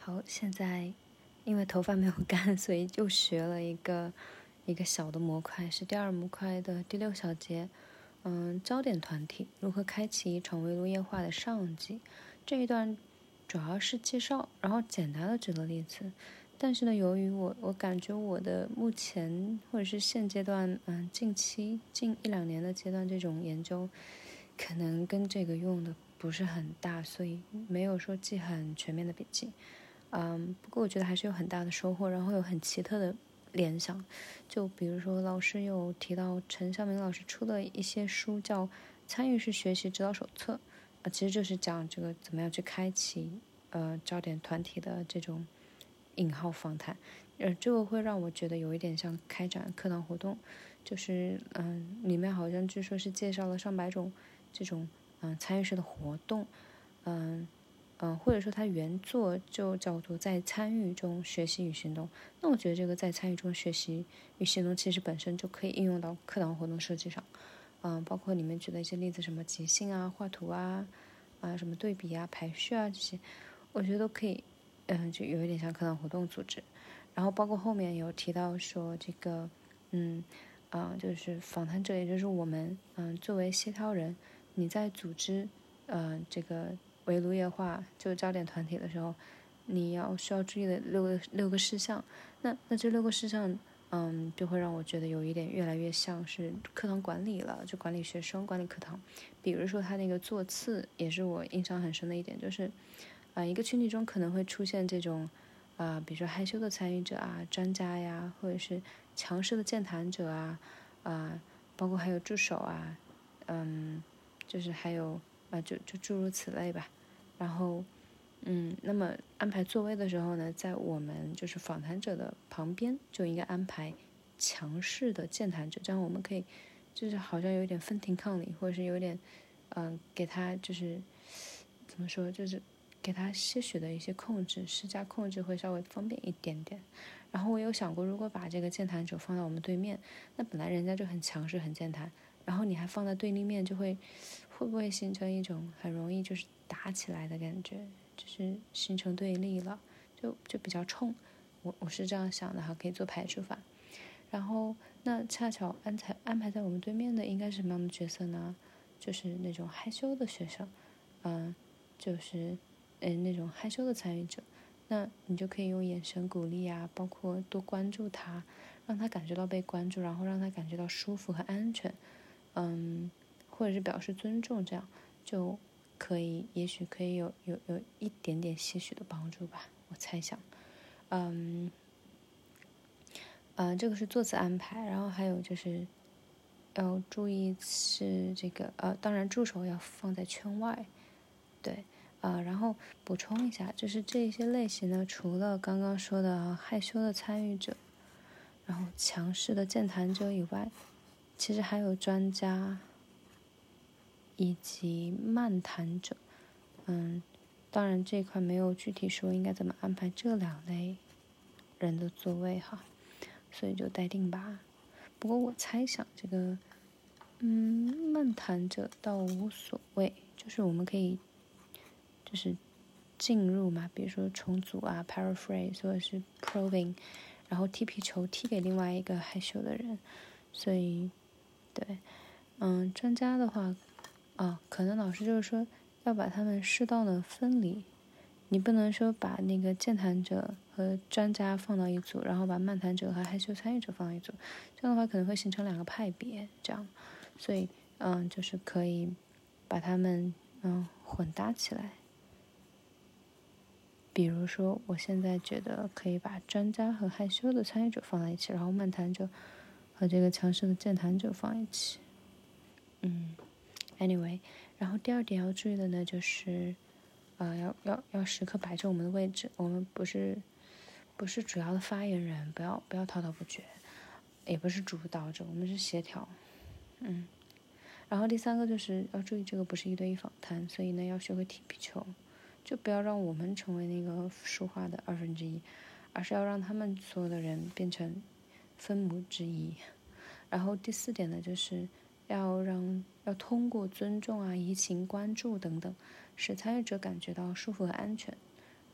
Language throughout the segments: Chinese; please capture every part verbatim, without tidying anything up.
好，现在因为头发没有干，所以就学了一个一个小的模块，是第二模块的第六小节。嗯，焦点团体如何开启一场围炉夜话的上集。这一段主要是介绍，然后简单的举了例子。但是呢，由于我我感觉我的目前或者是现阶段，嗯，近期近一两年的阶段这种研究，可能跟这个用的不是很大，所以没有说记很全面的笔记。嗯，不过我觉得还是有很大的收获，然后有很奇特的联想。就比如说，老师有提到陈晓明老师出的一些书，叫《参与式学习指导手册》，啊，其实就是讲这个怎么样去开启呃焦点团体的这种引号访谈。呃，这个会让我觉得有一点像开展课堂活动，就是嗯，里面好像据说是介绍了上百种这种嗯参与式的活动，嗯。嗯、呃，或者说它原作就叫做在参与中学习与行动。那我觉得这个在参与中学习与行动其实本身就可以应用到课堂活动设计上。嗯、呃，包括里面举的一些例子，什么即兴啊、画图啊、啊什么对比啊、排序啊这些，我觉得都可以，嗯、呃，就有一点像课堂活动组织。然后包括后面有提到说这个，嗯，啊、呃，就是访谈者，也就是我们，嗯、呃，作为协调人，你在组织，呃，这个。围炉夜话就焦点团体的时候，你要需要注意的六个六个事项。那那这六个事项，嗯，就会让我觉得有一点越来越像是课堂管理了，就管理学生、管理课堂。比如说他那个座次，也是我印象很深的一点，就是啊、呃，一个群体中可能会出现这种啊、呃，比如说害羞的参与者啊、专家呀，或者是强势的健谈者啊，啊、呃，包括还有助手啊，嗯，就是还有啊，就就诸如此类吧。然后，嗯，那么安排座位的时候呢，在我们就是访谈者的旁边就应该安排强势的健谈者，这样我们可以就是好像有点分庭抗礼，或者是有点，嗯、呃，给他就是怎么说，就是给他些许的一些控制，施加控制会稍微方便一点点。然后我有想过，如果把这个健谈者放到我们对面，那本来人家就很强势、很健谈，然后你还放在对立面，就会会不会形成一种很容易就是打起来的感觉，就是形成对立了，就就比较冲。我我是这样想的哈，可以做排除法。然后那恰巧安排安排在我们对面的应该是什么样的角色呢？就是那种害羞的学生，嗯、呃，就是嗯那种害羞的参与者。那你就可以用眼神鼓励啊，包括多关注他，让他感觉到被关注，然后让他感觉到舒服和安全，嗯，或者是表示尊重，这样就可以，也许可以有有有一点点些许的帮助吧，我猜想，嗯，呃，这个是座次安排，然后还有就是要注意是这个呃，当然助手要放在圈外，对。啊、呃，然后补充一下，就是这些类型呢，除了刚刚说的害羞的参与者，然后强势的健谈者以外，其实还有专家以及漫谈者。嗯，当然这块没有具体说应该怎么安排这两类人的座位哈，所以就待定吧。不过我猜想这个，嗯，漫谈者倒无所谓，就是我们可以就是进入嘛，比如说重组啊 paraphrase 或者是 probing， 然后踢皮球踢给另外一个害羞的人，所以对，嗯，专家的话啊，可能老师就是说要把他们适当的分离，你不能说把那个健谈者和专家放到一组，然后把漫谈者和害羞参与者放到一组，这样的话可能会形成两个派别，这样，所以嗯，就是可以把他们嗯混搭起来。比如说，我现在觉得可以把专家和害羞的参与者放在一起，然后漫谈者和这个强势的健谈者放一起。嗯 ，anyway，然后第二点要注意的呢，就是，呃，要要要时刻摆正我们的位置，我们不是不是主要的发言人，不要不要滔滔不绝，也不是主导者，我们是协调。嗯，然后第三个就是要注意，这个不是一对一访谈，所以呢要学会踢皮球。就不要让我们成为那个说话的二分之一，而是要让他们所有的人变成分母之一。然后第四点呢，就是要让要通过尊重啊、移情、关注等等，使参与者感觉到舒服和安全。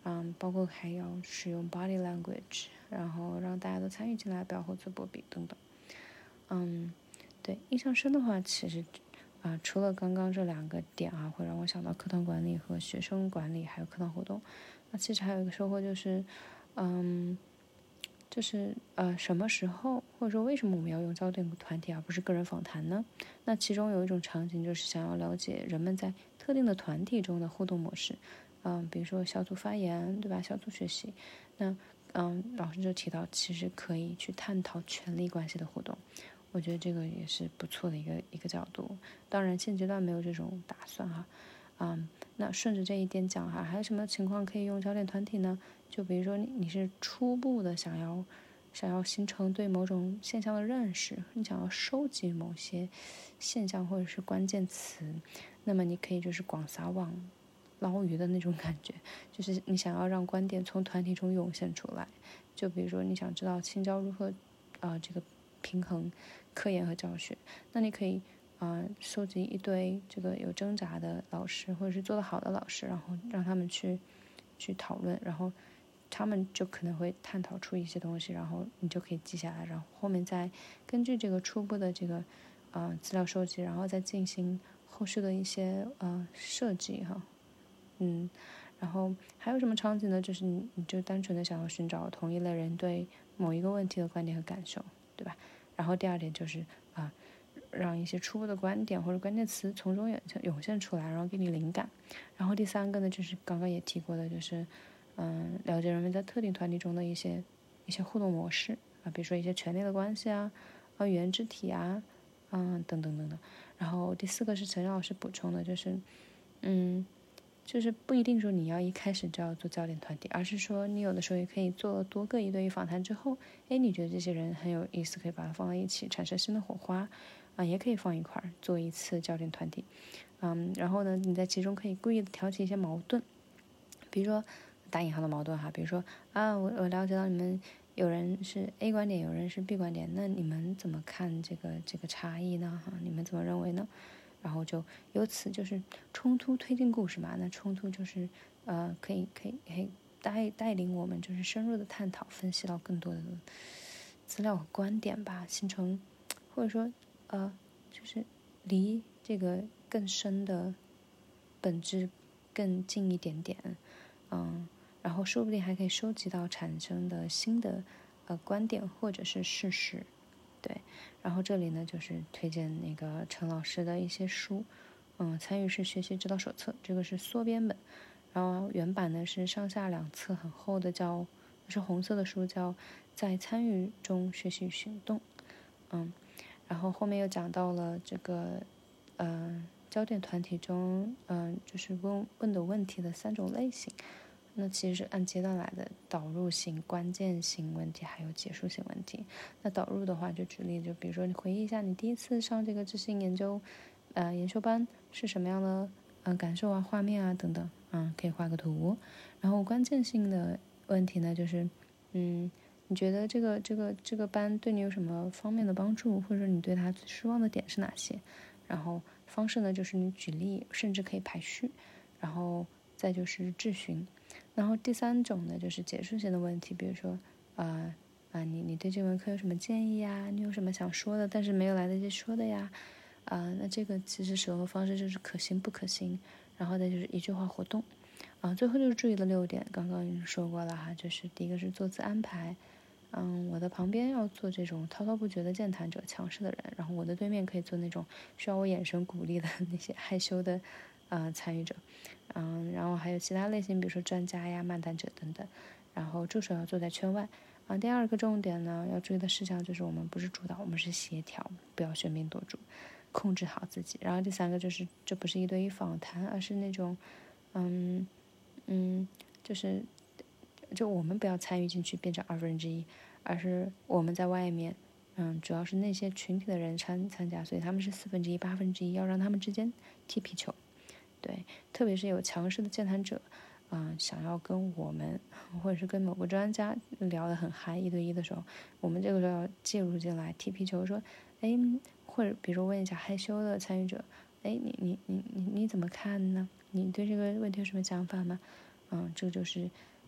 嗯，包括还要使用 body language，然后让大家都参与进来，不要厚此薄彼等等。嗯，对，印象深的话，其实啊、呃，除了刚刚这两个点啊，会让我想到课堂管理和学生管理，还有课堂活动。那其实还有一个收获就是，嗯。就是呃，什么时候或者说为什么我们要用焦点团体而不是个人访谈呢？那其中有一种场景就是想要了解人们在特定的团体中的互动模式，嗯，比如说小组发言，对吧？小组学习，那嗯，老师就提到其实可以去探讨权力关系的互动，我觉得这个也是不错的一个一个角度。当然现阶段没有这种打算哈，嗯，那顺着这一点讲哈，还有什么情况可以用焦点团体呢？就比如说你你是初步的想要想要形成对某种现象的认识，你想要收集某些现象或者是关键词，那么你可以就是广撒网捞鱼的那种感觉，就是你想要让观点从团体中涌现出来。就比如说你想知道青椒如何啊、呃、这个平衡科研和教学，那你可以啊、呃、收集一堆这个有挣扎的老师或者是做得好的老师，然后让他们去去讨论，然后他们就可能会探讨出一些东西，然后你就可以记下来，然后后面再根据这个初步的这个呃资料收集，然后再进行后续的一些呃设计哈，嗯，然后还有什么场景呢？就是你你就单纯的想要寻找同一类人对某一个问题的观点和感受，对吧？然后第二点就是啊、呃，让一些初步的观点或者关键词从中涌现涌现出来，然后给你灵感。然后第三个呢，就是刚刚也提过的，就是嗯，了解人们在特定团体中的一些一些互动模式啊，比如说一些权力的关系啊，啊语言肢体啊，嗯等等等等。然后第四个是陈老师补充的，就是嗯，就是不一定说你要一开始就要做焦点团体，而是说你有的时候也可以做多个一对一访谈之后，哎，你觉得这些人很有意思，可以把它放在一起，产生新的火花啊，也可以放一块儿做一次焦点团体。嗯，然后呢，你在其中可以故意的挑起一些矛盾，比如说打引号的矛盾哈，比如说啊，我我了解到你们有人是 A 观点，有人是 B 观点，那你们怎么看这个这个差异呢？哈，你们怎么认为呢？然后就由此就是冲突推进故事嘛，那冲突就是呃可以可以可以带带领我们就是深入的探讨分析到更多的资料和观点吧，形成或者说呃就是离这个更深的本质更近一点点，嗯，然后说不定还可以收集到产生的新的呃观点或者是事实，对。然后这里呢，就是推荐那个陈老师的一些书，嗯，参与式学习指导手册，这个是缩编本，然后原版呢是上下两册很厚的叫，是红色的书，叫在参与中学习与行动，嗯，然后后面又讲到了这个，呃，焦点团体中，嗯、呃，就是问问的问题的三种类型。那其实是按阶段来的，导入型、关键性问题，还有结束性问题。那导入的话，就举例，就比如说你回忆一下你第一次上这个知行研究，呃，研修班是什么样的，嗯、呃，感受啊、画面啊等等，嗯，可以画个图。然后关键性的问题呢，就是，嗯，你觉得这个这个这个班对你有什么方面的帮助，或者说你对他最失望的点是哪些？然后方式呢，就是你举例，甚至可以排序，然后再就是质询。然后第三种呢，就是结束性的问题，比如说，啊、呃、啊，你你对这门课有什么建议呀？你有什么想说的，但是没有来得及说的呀？啊、呃，那这个其实使用的方式就是可行不可行，然后再就是一句话活动，啊，最后就是注意的六点，刚刚已经说过了哈，就是第一个是坐姿安排，嗯，我的旁边要做这种滔滔不绝的健谈者、强势的人，然后我的对面可以做那种需要我眼神鼓励的那些害羞的，呃，参与者。嗯，然后还有其他类型，比如说专家呀、漫谈者等等。然后助手要坐在圈外。啊，第二个重点呢，要注意的事项就是我们不是主导，我们是协调，不要喧宾夺主，控制好自己。然后第三个就是，这不是一对一访谈，而是那种，嗯嗯，就是就我们不要参与进去变成二分之一，而是我们在外面，嗯，主要是那些群体的人参参加，所以他们是四分之一、八分之一，要让他们之间踢皮球。对，特别是有强势的健谈者，嗯、呃，想要跟我们或者是跟某个专家聊得很嗨，一对一的时候，我们这个时候要介入进来踢皮球，说，哎，或者比如问一下害羞的参与者，哎，你你你你你怎么看呢？你对这个问题有什么想法吗？嗯，这个就是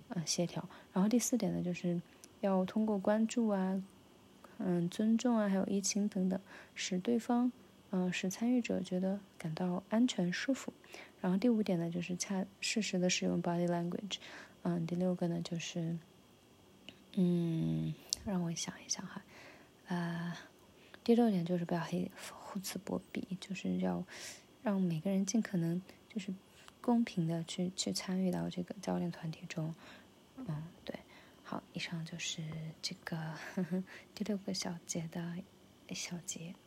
呃协调。然后第四点呢，就是要通过关注啊，嗯，尊重啊，还有移情等等，使对方，嗯、使参与者觉得感到安全舒服。然后第五点呢，就是恰适时的使用 body language。嗯，第六个呢，就是，嗯，让我想一想哈，呃，第六点就是不要黑厚此薄彼，就是要让每个人尽可能就是公平的去去参与到这个教练团体中。嗯，对。好，以上就是这个呵呵第六个小节的小节。